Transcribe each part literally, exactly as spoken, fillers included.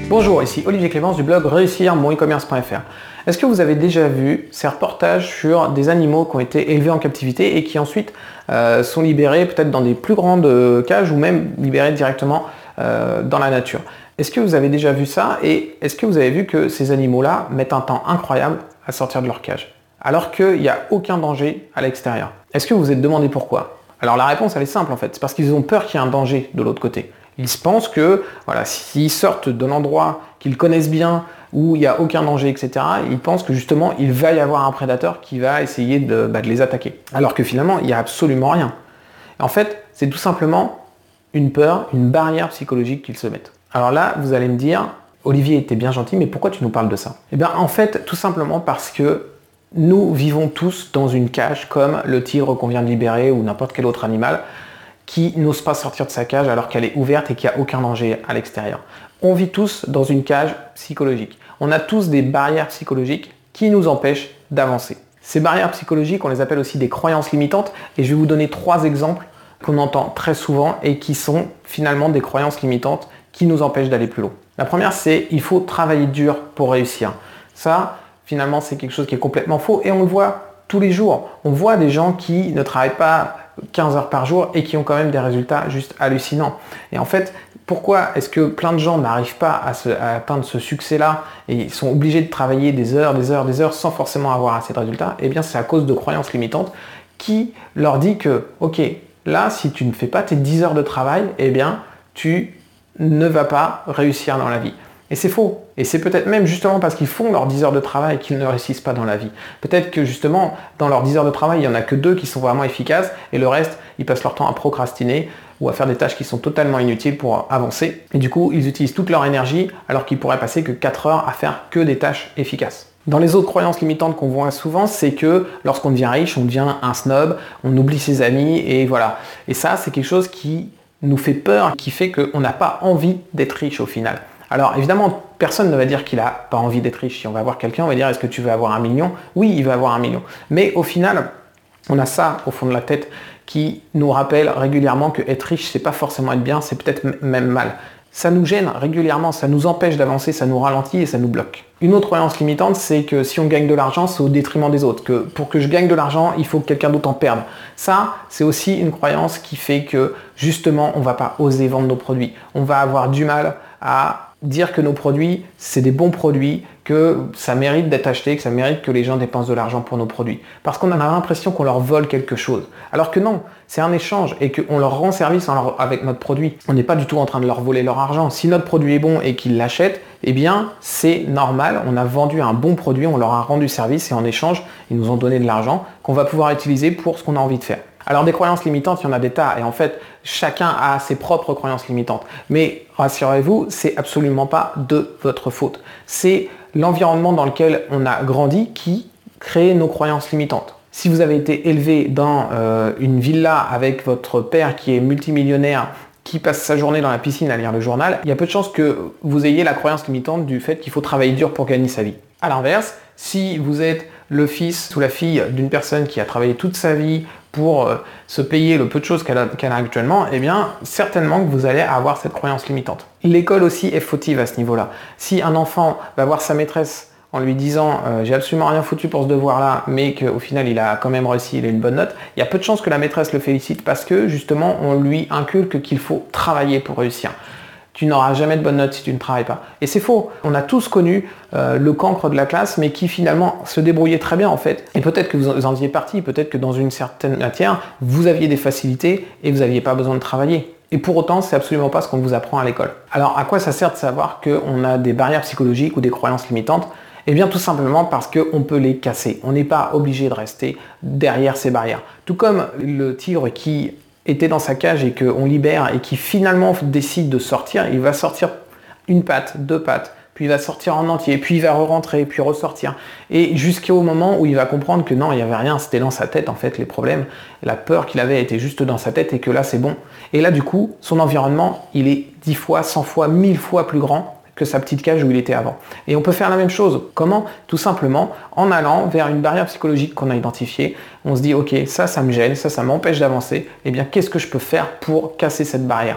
Bonjour, ici Olivier Clémence du blog réussir mon e-commerce point F R. Est-ce que vous avez déjà vu ces reportages sur des animaux qui ont été élevés en captivité et qui ensuite euh, sont libérés peut-être dans des plus grandes cages ou même libérés directement euh, dans la nature? Est-ce que vous avez déjà vu ça et est-ce que vous avez vu que ces animaux-là mettent un temps incroyable à sortir de leur cage alors qu'il n'y a aucun danger à l'extérieur? Est-ce que vous vous êtes demandé pourquoi? Alors la réponse elle est simple en fait, c'est parce qu'ils ont peur qu'il y ait un danger de l'autre côté. Ils se pensent que voilà, s'ils sortent de l'endroit qu'ils connaissent bien, où il n'y a aucun danger, et cetera, ils pensent que justement il va y avoir un prédateur qui va essayer de, bah, de les attaquer. Alors que finalement, il n'y a absolument rien. En fait, c'est tout simplement une peur, une barrière psychologique qu'ils se mettent. Alors là, vous allez me dire, Olivier était bien gentil, mais pourquoi tu nous parles de ça? Eh bien, en fait, tout simplement parce que nous vivons tous dans une cage comme le tigre qu'on vient de libérer ou n'importe quel autre animal qui n'ose pas sortir de sa cage alors qu'elle est ouverte et qu'il n'y a aucun danger à l'extérieur. On vit tous dans une cage psychologique. On a tous des barrières psychologiques qui nous empêchent d'avancer. Ces barrières psychologiques, on les appelle aussi des croyances limitantes et je vais vous donner trois exemples qu'on entend très souvent et qui sont finalement des croyances limitantes qui nous empêchent d'aller plus loin. La première, c'est il faut travailler dur pour réussir. Ça, finalement, c'est quelque chose qui est complètement faux et on le voit tous les jours. On voit des gens qui ne travaillent pas quinze heures par jour et qui ont quand même des résultats juste hallucinants. Et en fait, pourquoi est-ce que plein de gens n'arrivent pas à, se, à atteindre ce succès-là et ils sont obligés de travailler des heures, des heures, des heures sans forcément avoir assez de résultats? Eh bien, c'est à cause de croyances limitantes qui leur dit que, ok, là, si tu ne fais pas tes dix heures de travail, eh bien, tu ne vas pas réussir dans la vie. Et c'est faux. Et c'est peut-être même justement parce qu'ils font leurs dix heures de travail qu'ils ne réussissent pas dans la vie. Peut-être que justement, dans leurs dix heures de travail, il n'y en a que deux qui sont vraiment efficaces et le reste, ils passent leur temps à procrastiner ou à faire des tâches qui sont totalement inutiles pour avancer. Et du coup, ils utilisent toute leur énergie alors qu'ils pourraient passer que quatre heures à faire que des tâches efficaces. Dans les autres croyances limitantes qu'on voit souvent, c'est que lorsqu'on devient riche, on devient un snob, on oublie ses amis et voilà. Et ça, c'est quelque chose qui nous fait peur, qui fait qu'on n'a pas envie d'être riche au final. Alors évidemment, personne ne va dire qu'il n'a pas envie d'être riche. Si on va voir quelqu'un, on va dire est-ce que tu veux avoir un million? Oui, il veut avoir un million. Mais au final, on a ça au fond de la tête qui nous rappelle régulièrement que être riche, c'est pas forcément être bien, c'est peut-être même mal. Ça nous gêne régulièrement, ça nous empêche d'avancer, ça nous ralentit et ça nous bloque. Une autre croyance limitante, c'est que si on gagne de l'argent, c'est au détriment des autres. Que pour que je gagne de l'argent, il faut que quelqu'un d'autre en perde. Ça, c'est aussi une croyance qui fait que justement, on ne va pas oser vendre nos produits. On va avoir du mal à dire que nos produits, c'est des bons produits, que ça mérite d'être acheté, que ça mérite que les gens dépensent de l'argent pour nos produits. Parce qu'on a l'impression qu'on leur vole quelque chose. Alors que non, c'est un échange et qu'on leur rend service en leur, avec notre produit. On n'est pas du tout en train de leur voler leur argent. Si notre produit est bon et qu'ils l'achètent, eh bien, c'est normal. On a vendu un bon produit, on leur a rendu service et en échange, ils nous ont donné de l'argent qu'on va pouvoir utiliser pour ce qu'on a envie de faire. Alors des croyances limitantes, il y en a des tas et en fait, chacun a ses propres croyances limitantes. Mais rassurez-vous, c'est absolument pas de votre faute. C'est l'environnement dans lequel on a grandi qui crée nos croyances limitantes. Si vous avez été élevé dans euh, une villa avec votre père qui est multimillionnaire, qui passe sa journée dans la piscine à lire le journal, il y a peu de chances que vous ayez la croyance limitante du fait qu'il faut travailler dur pour gagner sa vie. A l'inverse, si vous êtes le fils ou la fille d'une personne qui a travaillé toute sa vie pour euh, se payer le peu de choses qu'elle a, qu'elle a actuellement, eh bien certainement que vous allez avoir cette croyance limitante. L'école aussi est fautive à ce niveau-là. Si un enfant va voir sa maîtresse en lui disant euh, j'ai absolument rien foutu pour ce devoir-là, mais qu'au final il a quand même réussi, il a une bonne note, il y a peu de chances que la maîtresse le félicite parce que justement on lui inculque qu'il faut travailler pour réussir. Tu n'auras jamais de bonnes notes si tu ne travailles pas. Et c'est faux. On a tous connu euh, le cancre de la classe, mais qui finalement se débrouillait très bien en fait. Et peut-être que vous en faisiez partie, peut-être que dans une certaine matière, vous aviez des facilités et vous n'aviez pas besoin de travailler. Et pour autant, c'est absolument pas ce qu'on vous apprend à l'école. Alors à quoi ça sert de savoir qu'on a des barrières psychologiques ou des croyances limitantes? Eh bien tout simplement parce qu'on peut les casser. On n'est pas obligé de rester derrière ces barrières. Tout comme le tigre qui était dans sa cage et qu'on libère et qui finalement décide de sortir, il va sortir une patte, deux pattes, puis il va sortir en entier, puis il va re-rentrer, puis ressortir. Et jusqu'au moment où il va comprendre que non, il n'y avait rien, c'était dans sa tête en fait les problèmes. La peur qu'il avait était juste dans sa tête et que là c'est bon. Et là du coup, son environnement, il est dix fois, cent fois, mille fois plus grand que sa petite cage où il était avant. Et on peut faire la même chose. Comment? Tout simplement en allant vers une barrière psychologique qu'on a identifiée. On se dit, ok, ça, ça me gêne, ça, ça m'empêche d'avancer. Eh bien, qu'est-ce que je peux faire pour casser cette barrière?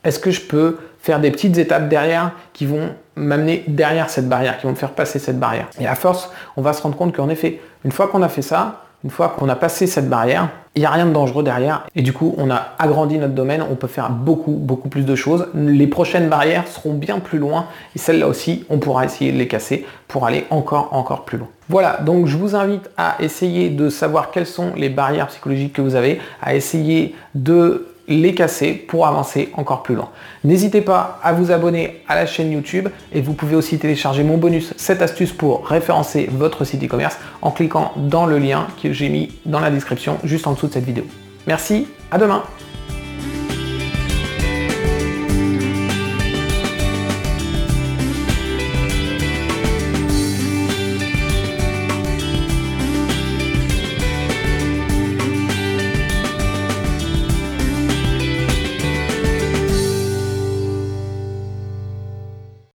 est-ce que je peux faire des petites étapes derrière qui vont m'amener derrière cette barrière, qui vont me faire passer cette barrière. Et à force, on va se rendre compte qu'en effet, une fois qu'on a fait ça, une fois qu'on a passé cette barrière, il n'y a rien de dangereux derrière. Et du coup, on a agrandi notre domaine, on peut faire beaucoup, beaucoup plus de choses. Les prochaines barrières seront bien plus loin et celles-là aussi, on pourra essayer de les casser pour aller encore, encore plus loin. Voilà, donc je vous invite à essayer de savoir quelles sont les barrières psychologiques que vous avez, à essayer de les casser pour avancer encore plus loin. N'hésitez pas à vous abonner à la chaîne YouTube et vous pouvez aussi télécharger mon bonus sept astuces pour référencer votre site e-commerce en cliquant dans le lien que j'ai mis dans la description juste en dessous de cette vidéo. Merci, à demain!